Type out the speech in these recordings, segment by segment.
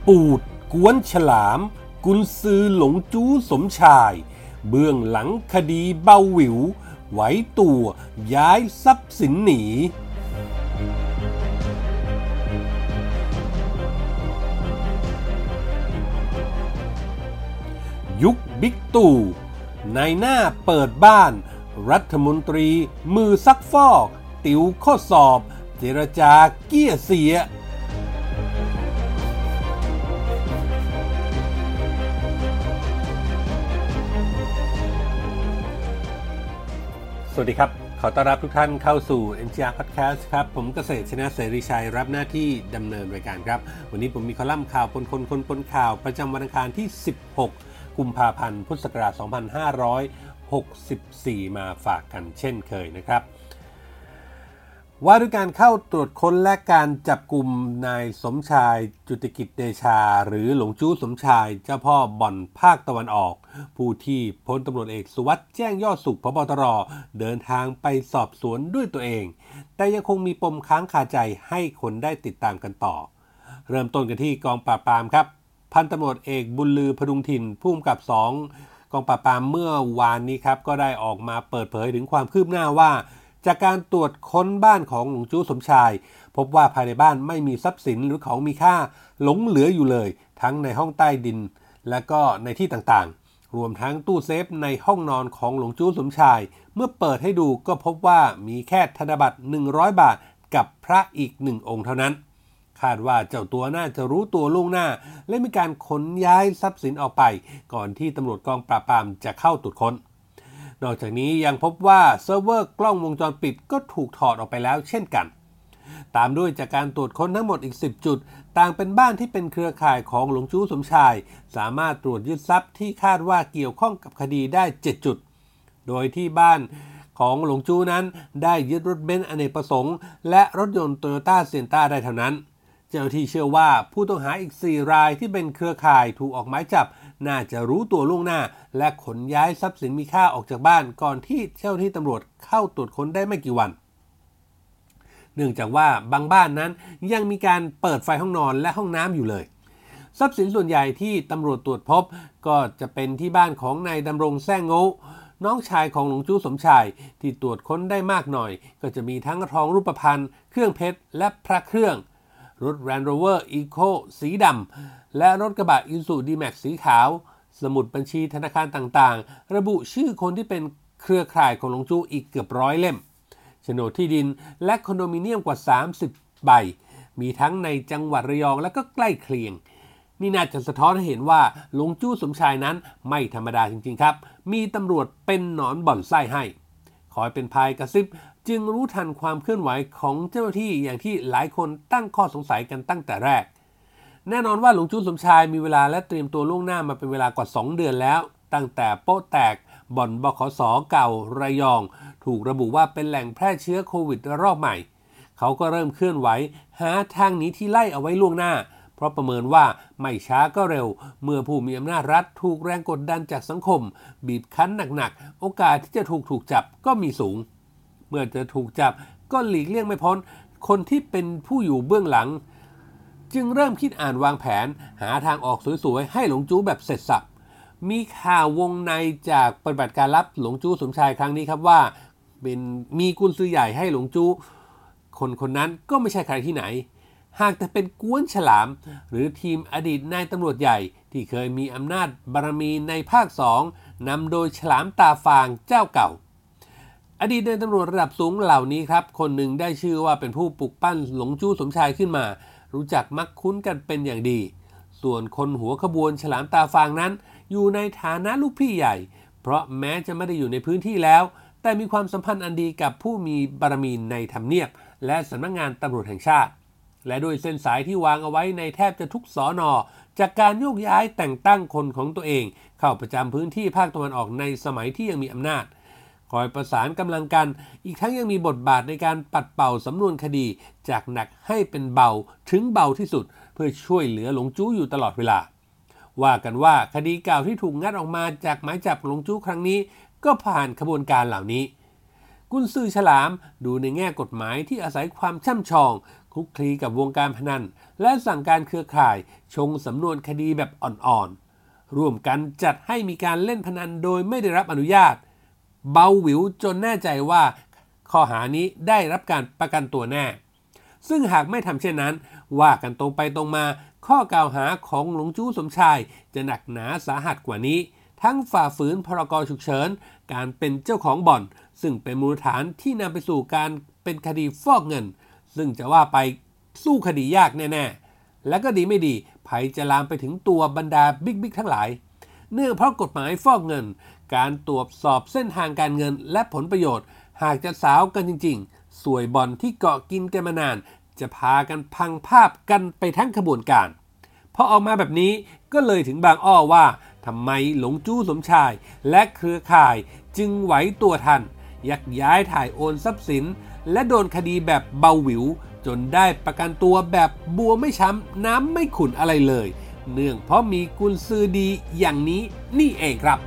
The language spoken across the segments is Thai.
ปูดกวนฉลามกุนซือหลงจู้สมชายเบื้องหลังคดีเบาหวิวไหวตัวย้ายทรัพย์สินหนียุคบิ๊กตู่นายหน้าเปิดบ้านรัฐมนตรีมือซักฟอกติวข้อสอบเจรจาเกี้ยเสียสวัสดีครับขอต้อนรับทุกท่านเข้าสู่ NCR Podcast ครับผมเกษตรชนะเสรีชัยรับหน้าที่ดำเนินรายการครับวันนี้ผมมีคอลัมน์ข่าวคนข่าวประจำวันอังคารที่16กุมภาพันธ์พุทธศักราช2564มาฝากกันเช่นเคยนะครับว่าด้วยการเข้าตรวจค้นและการจับกลุ่มนายสมชายจุติกิจเดชาหรือหลงจู้สมชายเจ้าพ่อบ่อนภาคตะวันออกผู้ที่พลตำรวจเอกสุวัสด์แจ้งยอดสุข ผบ.ตร.เดินทางไปสอบสวนด้วยตัวเองแต่ยังคงมีปมค้างคาใจให้คนได้ติดตามกันต่อเริ่มต้นกันที่กองปราบปรามครับพันตำรวจเอกบุญลือพดุงถิ่นผู้กำกับ2กองปราบปรามเมื่อวานนี้ครับก็ได้ออกมาเปิดเผยถึงความคืบหน้าว่าจากการตรวจค้นบ้านของหลงจู้สมชายพบว่าภายในบ้านไม่มีทรัพย์สินหรือของมีค่าหลงเหลืออยู่เลยทั้งในห้องใต้ดินและก็ในที่ต่างๆรวมทั้งตู้เซฟในห้องนอนของหลงจู้สมชายเมื่อเปิดให้ดูก็พบว่ามีแค่ธนบัตร100 บาทกับพระอีก1องค์เท่านั้นคาดว่าเจ้าตัวน่าจะรู้ตัวล่วงหน้าและมีการขนย้ายทรัพย์สินออกไปก่อนที่ตำรวจกองปราบปรามจะเข้าตรวจค้นนอกจากนี้ยังพบว่าเซิร์ฟเวอร์กล้องวงจรปิดก็ถูกถอดออกไปแล้วเช่นกันตามด้วยจากการตรวจค้นทั้งหมดอีก10จุดต่างเป็นบ้านที่เป็นเครือข่ายของหลงจู้สมชายสามารถตรวจยึดทรัพย์ที่คาดว่าเกี่ยวข้องกับคดีได้7จุดโดยที่บ้านของหลงจู้นั้นได้ยึดรถเบนซ์อเนกประสงค์และรถยนต์โตโยต้าเซียนต้าได้เท่านั้นเจ้าหน้าที่เชื่อว่าผู้ต้องหาอีก4รายที่เป็นเครือข่ายถูกออกหมายจับน่าจะรู้ตัวล่วงหน้าและขนย้ายทรัพย์สินมีค่าออกจากบ้านก่อนที่เจ้าหน้าที่ตำรวจเข้าตรวจค้นได้ไม่กี่วันเนื่องจากว่าบางบ้านนั้นยังมีการเปิดไฟห้องนอนและห้องน้ำอยู่เลยทรัพย์สินส่วนใหญ่ที่ตำรวจตรวจพบก็จะเป็นที่บ้านของนายดำรงแซ่งโง่น้องชายของหลวงจู้สมชายที่ตรวจค้นได้มากหน่อยก็จะมีทั้งทองรูปพรรณเครื่องเพชรและพระเครื่องรถ Land Rover Eco สีดำและรถกระบะ Isuzu D-Max สีขาวสมุดบัญชีธนาคารต่างๆระบุชื่อคนที่เป็นเครือข่ายของหลวงจู้อีกเกือบ100 เล่มโฉนดที่ดินและคอนโดมิเนียมกว่า30ใบมีทั้งในจังหวัดระยองและก็ใกล้เคียงนี่น่าจะสะท้อนให้เห็นว่าหลวงจู้สมชายนั้นไม่ธรรมดาจริงๆครับมีตำรวจเป็นหนอนบ่อนไส้ให้คอยเป็นพายกระซิบจึงรู้ทันความเคลื่อนไหวของเจ้าหน้าที่อย่างที่หลายคนตั้งข้อสงสัยกันตั้งแต่แรกแน่นอนว่าหลวงจู้สมชายมีเวลาและเตรียมตัวล่วงหน้ามาเป็นเวลากว่า2เดือนแล้วตั้งแต่โป๊ะแตกบ่อนบขส.เก่าระยองถูกระบุว่าเป็นแหล่งแพร่เชื้อโควิดรอบใหม่เขาก็เริ่มเคลื่อนไหวหาทางหนีที่ไล่เอาไว้ล่วงหน้าเพราะประเมินว่าไม่ช้าก็เร็วเมื่อผู้มีอำนาจรัฐถูกแรงกดดันจากสังคมบีบคั้นหนักๆโอกาสที่จะถูกจับก็มีสูงเมื่อจะถูกจับก็หลีกเลี่ยงไม่พ้นคนที่เป็นผู้อยู่เบื้องหลังจึงเริ่มคิดอ่านวางแผนหาทางออกสวยๆให้หลงจู้แบบเสร็จสับมีข่าววงในจากปฏิบัติการลับหลงจู้สมชายครั้งนี้ครับว่ามีกุญซือใหญ่ให้หลงจู้คนนั้นก็ไม่ใช่ใครที่ไหนหากแต่เป็นกวนฉลามหรือทีมอดีตนายตำรวจใหญ่ที่เคยมีอำนาจบารมีในภาค2นำโดยฉลามตาฟางเจ้าเก่าอดีตนายตำรวจระดับสูงเหล่านี้ครับคนหนึ่งได้ชื่อว่าเป็นผู้ปลุกปั้นหลงจู้สมชายขึ้นมารู้จักมักคุ้นกันเป็นอย่างดีส่วนคนหัวขบวนฉลามตาฟางนั้นอยู่ในฐานะลูกพี่ใหญ่เพราะแม้จะไม่ได้อยู่ในพื้นที่แล้วแต่มีความสัมพันธ์อันดีกับผู้มีบารมีในทำเนียบและสำนักงานตำรวจแห่งชาติและโดยเส้นสายที่วางเอาไว้ในแทบจะทุกสน.จากการโยกย้ายแต่งตั้งคนของตัวเองเข้าประจำพื้นที่ภาคตะวันออกในสมัยที่ยังมีอำนาจคอยประสานกำลังกันอีกทั้งยังมีบทบาทในการปัดเป่าสำนวนคดีจากหนักให้เป็นเบาถึงเบาที่สุดเพื่อช่วยเหลือหลงจู้อยู่ตลอดเวลาว่ากันว่าคดีเก่าที่ถูกงัดออกมาจากหมายจับหลงจู้ครั้งนี้ก็ผ่านขบวนการเหล่านี้กุญซือฉลามดูในแง่กฎหมายที่อาศัยความช่ำชองคคุกคลีกับวงการพนันและสั่งการเครือข่ายชงสำนวนคดีแบบอ่อนๆร่วมกันจัดให้มีการเล่นพนันโดยไม่ได้รับอนุญาตเบาหวิวจนแน่ใจว่าข้อหานี้ได้รับการประกันตัวแน่ซึ่งหากไม่ทำเช่นนั้นว่ากันตรงไปตรงมาข้อกล่าวหาของหลวงจู้สมชายจะหนักหนาสาหัสกว่านี้ทั้งฝ่าฝืนพรกฉุกเฉินการเป็นเจ้าของบ่อนซึ่งเป็นมูลฐานที่นำไปสู่การเป็นคดีฟอกเงินซึ่งจะว่าไปสู้คดียากแน่ๆและก็ดีไม่ดีภัยจะลามไปถึงตัวบรรดาบิ๊กทั้งหลายเนื่องเพราะกฎหมายฟอกเงินการตรวจสอบเส้นทางการเงินและผลประโยชน์หากจะสาวกันจริงๆสวยบ่อนที่เกาะกินกันมานานจะพากันพังภาพกันไปทั้งขบวนการพอออกมาแบบนี้ก็เลยถึงบางอ้อว่าทำไมหลงจู้สมชายและเครือข่ายจึงไหวตัวทันยักย้ายถ่ายโอนทรัพย์สินและโดนคดีแบบเบาหวิวจนได้ประกันตัวแบบบัวไม่ช้ำน้ำไม่ขุ่นอะไรเลยเนื่องเพราะมีกุญซือดีอย่างนี้นี่เองครับ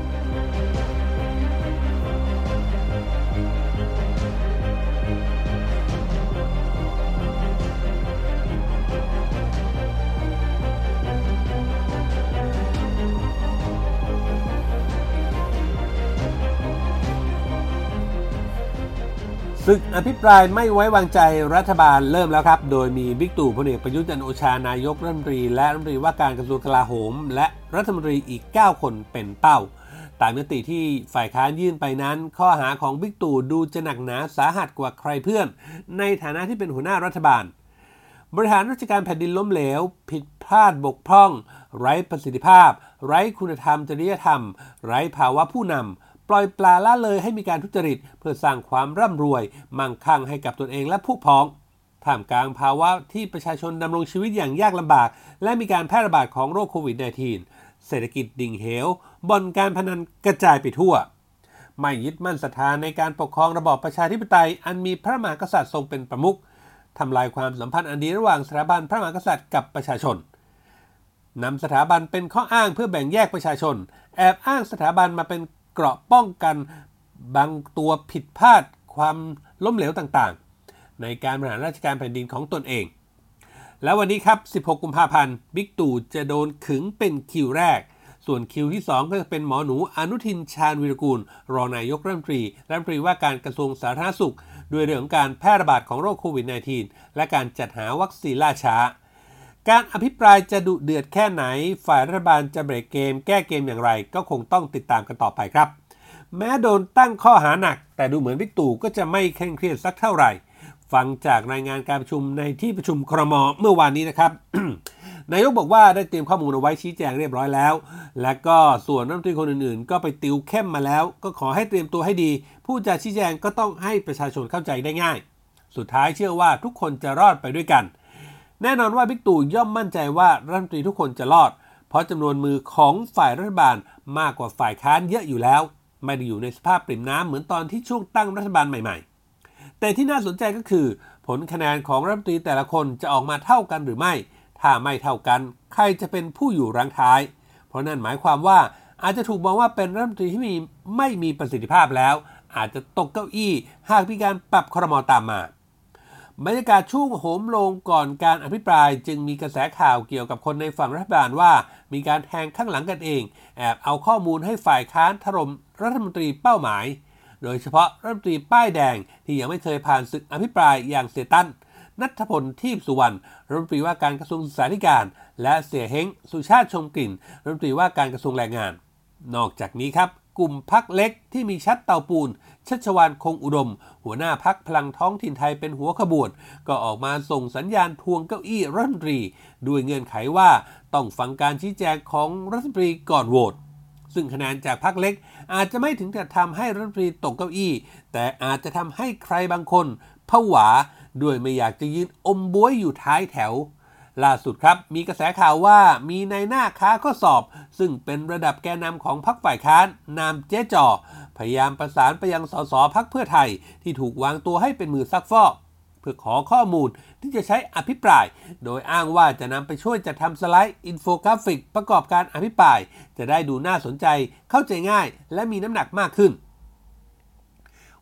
ศึกอภิปรายไม่ไว้วางใจรัฐบาลเริ่มแล้วครับโดยมีบิ๊กตู่พลเอกประยุทธ์จันทร์โอชานายกรัฐมนตรีและรัฐมนตรีว่าการกระทรวงกลาโหมและรัฐมนตรีอีก9คนเป็นเป้าตามมติที่ฝ่ายค้านยื่นไปนั้นข้อหาของบิ๊กตู่ดูจะหนักหนาสาหัสกว่าใครเพื่อนในฐานะที่เป็นหัวหน้ารัฐบาลบริหารราชการแผ่นดินล้มเหลวผิดพลาดบกพร่องไร้ประสิทธิภาพไร้คุณธรรมจริยธรรมไร้ภาวะผู้นำปล่อยปลาละเลยให้มีการทุจริตเพื่อสร้างความร่ำรวยมั่งคั่งให้กับตนเองและพวกพ้องท่ามกลางภาวะที่ประชาชนดำรงชีวิตอย่างยากลำบากและมีการแพร่ระบาดของโรคโควิด -19 เศรษฐกิจดิ่งเหวบ่อนการพนันกระจายไปทั่วไม่ยึดมั่นศรัทธาในการปกครองระบอบประชาธิปไตยอันมีพระมหากษัตริย์ทรงเป็นประมุขทำลายความสัมพันธ์อันดีระหว่างสถาบันพระมหากษัตริย์กับประชาชนนำสถาบันเป็นข้ออ้างเพื่อแบ่งแยกประชาชนแอบอ้างสถาบันมาเป็นเกราะป้องกันบางตัวผิดพลาดความล้มเหลวต่างๆในการบริหารราชการแผ่นดินของตนเองแล้ววันนี้ครับ16กุมภาพันธ์บิ๊กตู่จะโดนขึงเป็นคิวแรกส่วนคิวที่2ก็จะเป็นหมอหนูอนุทินชาญวีรกูลรองนายกรัฐมนตรีว่าการกระทรวงสาธารณสุขด้วยเรื่องของการแพร่ระบาดของโรคโควิด -19 และการจัดหาวัคซีนล่าช้าการอภิปรายจะดุเดือดแค่ไหนฝ่ายรัฐบาลจะเบรกเกมแก้เกมอย่างไรก็คงต้องติดตามกันต่อไปครับแม้โดนตั้งข้อหาหนักแต่ดูเหมือนบิ๊กตู่ก็จะไม่เคร่งเครียดสักเท่าไหร่ฟังจากรายงานการประชุมในที่ประชุมครม.เมื่อวานนี้นะครับ นายกบอกว่าได้เตรียมข้อมูลเอาไว้ชี้แจงเรียบร้อยแล้วและก็ส่วนรัฐมนตรีคนอื่นๆก็ไปติวเข้มมาแล้วก็ขอให้เตรียมตัวให้ดีผู้จะชี้แจงก็ต้องให้ประชาชนเข้าใจได้ง่ายสุดท้ายเชื่อว่าทุกคนจะรอดไปด้วยกันแน่นอนว่าบิ๊กตู่ย่อมมั่นใจว่ารัฐมนตรีทุกคนจะรอดเพราะจำนวนมือของฝ่ายรัฐบาลมากกว่าฝ่ายค้านเยอะอยู่แล้วไม่ได้อยู่ในสภาพปริ่มน้ำเหมือนตอนที่ช่วงตั้งรัฐบาลใหม่ๆแต่ที่น่าสนใจก็คือผลคะแนนของรัฐมนตรีแต่ละคนจะออกมาเท่ากันหรือไม่ถ้าไม่เท่ากันใครจะเป็นผู้อยู่รังท้ายเพราะนั่นหมายความว่าอาจจะถูกมองว่าเป็นรัฐมนตรีที่ไม่มีประสิทธิภาพแล้วอาจจะตกเก้าอี้หากมีการปรับครม.ตามมาบรรยากาศช่วงโหมลงก่อนการอภิปรายจึงมีกระแสข่าวเกี่ยวกับคนในฝั่งรัฐบาลว่ามีการแทงข้างหลังกันเองแอบเอาข้อมูลให้ฝ่ายค้านถล่มรัฐมนตรีเป้าหมายโดยเฉพาะรัฐมนตรีป้ายแดงที่ยังไม่เคยผ่านศึกอภิปรายอย่างเสียตั้นณัฐพลทีพสุวรรณรัฐมนตรีว่าการกระทรวงศึกษาธิการและเสี่ยเฮ้งสุชาติชมกลิ่นรัฐมนตรีว่าการกระทรวงแรงงานนอกจากนี้ครับกลุ่มพรรคเล็กที่มีชัดเตาปูนชัชวาลคงอุดมหัวหน้าพรรคพลังท้องถิ่นไทยเป็นหัวขบวนก็ออกมาส่งสัญญาณทวงเก้าอี้รัฐมนตรีด้วยเงื่อนไขว่าต้องฟังการชี้แจงของรัฐมนตรีก่อนโหวตซึ่งคะแนนจากพรรคเล็กอาจจะไม่ถึงกับทำให้รัฐมนตรีตกเก้าอี้แต่อาจจะทำให้ใครบางคนผวาด้วยไม่อยากจะยืนอมบ๊วยอยู่ท้ายแถวล่าสุดครับมีกระแสข่าวว่ามีนายหน้าค้าข้อสอบซึ่งเป็นระดับแกนนำของพรรคฝ่ายค้านนามเจ๊จ่อพยายามประสานไปยังสสพรรคเพื่อไทยที่ถูกวางตัวให้เป็นมือซักฟอกเพื่อขอข้อมูลที่จะใช้อภิปรายโดยอ้างว่าจะนำไปช่วยจัดทำสไลด์อินโฟกราฟิกประกอบการอภิปรายจะได้ดูน่าสนใจเข้าใจง่ายและมีน้ำหนักมากขึ้น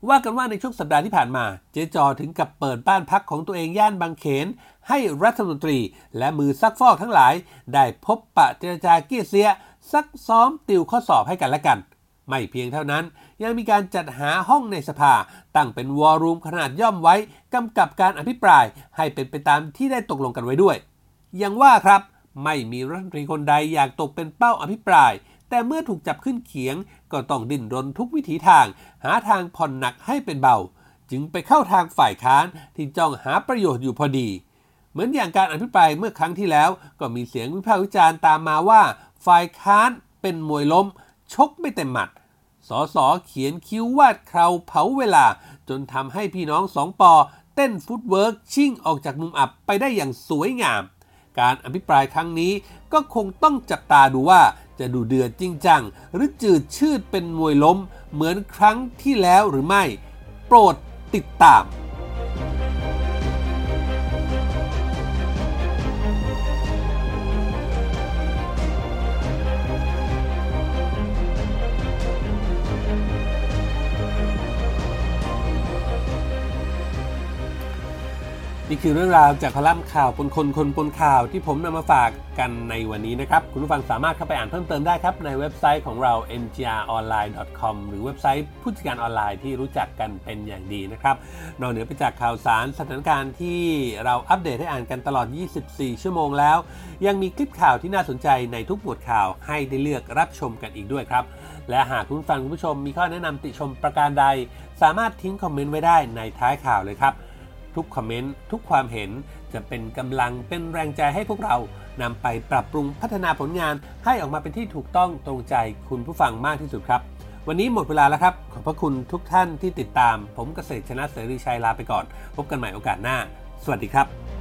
ว่ากันว่าในช่วงสัปดาห์ที่ผ่านมาเจ๊จอถึงกับเปิดบ้านพักของตัวเองย่านบางเขนให้รัฐมนตรีและมือซักฟอกทั้งหลายได้พบปะเจรจาเกี้ยเสียซักซ้อมติวข้อสอบให้กันและกันไม่เพียงเท่านั้นยังมีการจัดหาห้องในสภาตั้งเป็นวอลลุ่มขนาดย่อมไว้กำกับการอภิปรายให้เป็นไปตามที่ได้ตกลงกันไว้ด้วยอย่างว่าครับไม่มีรัฐมนตรีคนใดอยากตกเป็นเป้าอภิปรายแต่เมื่อถูกจับขึ้นเขียงก็ต้องดิ้นรนทุกวิถีทางหาทางผ่อนหนักให้เป็นเบาจึงไปเข้าทางฝ่ายค้านที่จ้องหาประโยชน์อยู่พอดีเหมือนอย่างการอภิปรายเมื่อครั้งที่แล้วก็มีเสียงวิพากษ์วิจารณ์ตามมาว่าฝ่ายค้านเป็นมวยล้มชกไม่เต็มหมัดสสเขียนคิ้ววาดเคราเผาเวลาจนทำให้พี่น้องสองปอเต้นฟุตเวิร์กชิ่งออกจากมุมอับไปได้อย่างสวยงามการอภิปรายครั้งนี้ก็คงต้องจับตาดูว่าจะดูเดือดจริงจังหรือจืดชืดเป็นมวยล้มเหมือนครั้งที่แล้วหรือไม่โปรดติดตามนี่คือเรื่องราวจากคอลัมน์ข่าวปนคนคนปนข่าวที่ผมนำมาฝากกันในวันนี้นะครับคุณผู้ฟังสามารถเข้าไปอ่านเพิ่มเติมได้ครับในเว็บไซต์ของเรา mgronline.com หรือเว็บไซต์ผู้จัดการออนไลน์ที่รู้จักกันเป็นอย่างดีนะครับนอกเหนือไปจากข่าวสารสถานการณ์ที่เราอัปเดตให้อ่านกันตลอด24ชั่วโมงแล้วยังมีคลิปข่าวที่น่าสนใจในทุกหมวดข่าวให้ได้เลือกรับชมกันอีกด้วยครับและหากคุณผู้ชมมีข้อแนะนำติชมประการใดสามารถทิ้งคอมเมนต์ไว้ได้ในท้ายข่าวเลยครับทุกคอมเมนต์ทุกความเห็นจะเป็นกำลังเป็นแรงใจให้พวกเรานำไปปรับปรุงพัฒนาผลงานให้ออกมาเป็นที่ถูกต้องตรงใจคุณผู้ฟังมากที่สุดครับวันนี้หมดเวลาแล้วครับขอบพระคุณทุกท่านที่ติดตามผมเกษตรชนะเสรีชัยลาไปก่อนพบกันใหม่โอกาสหน้าสวัสดีครับ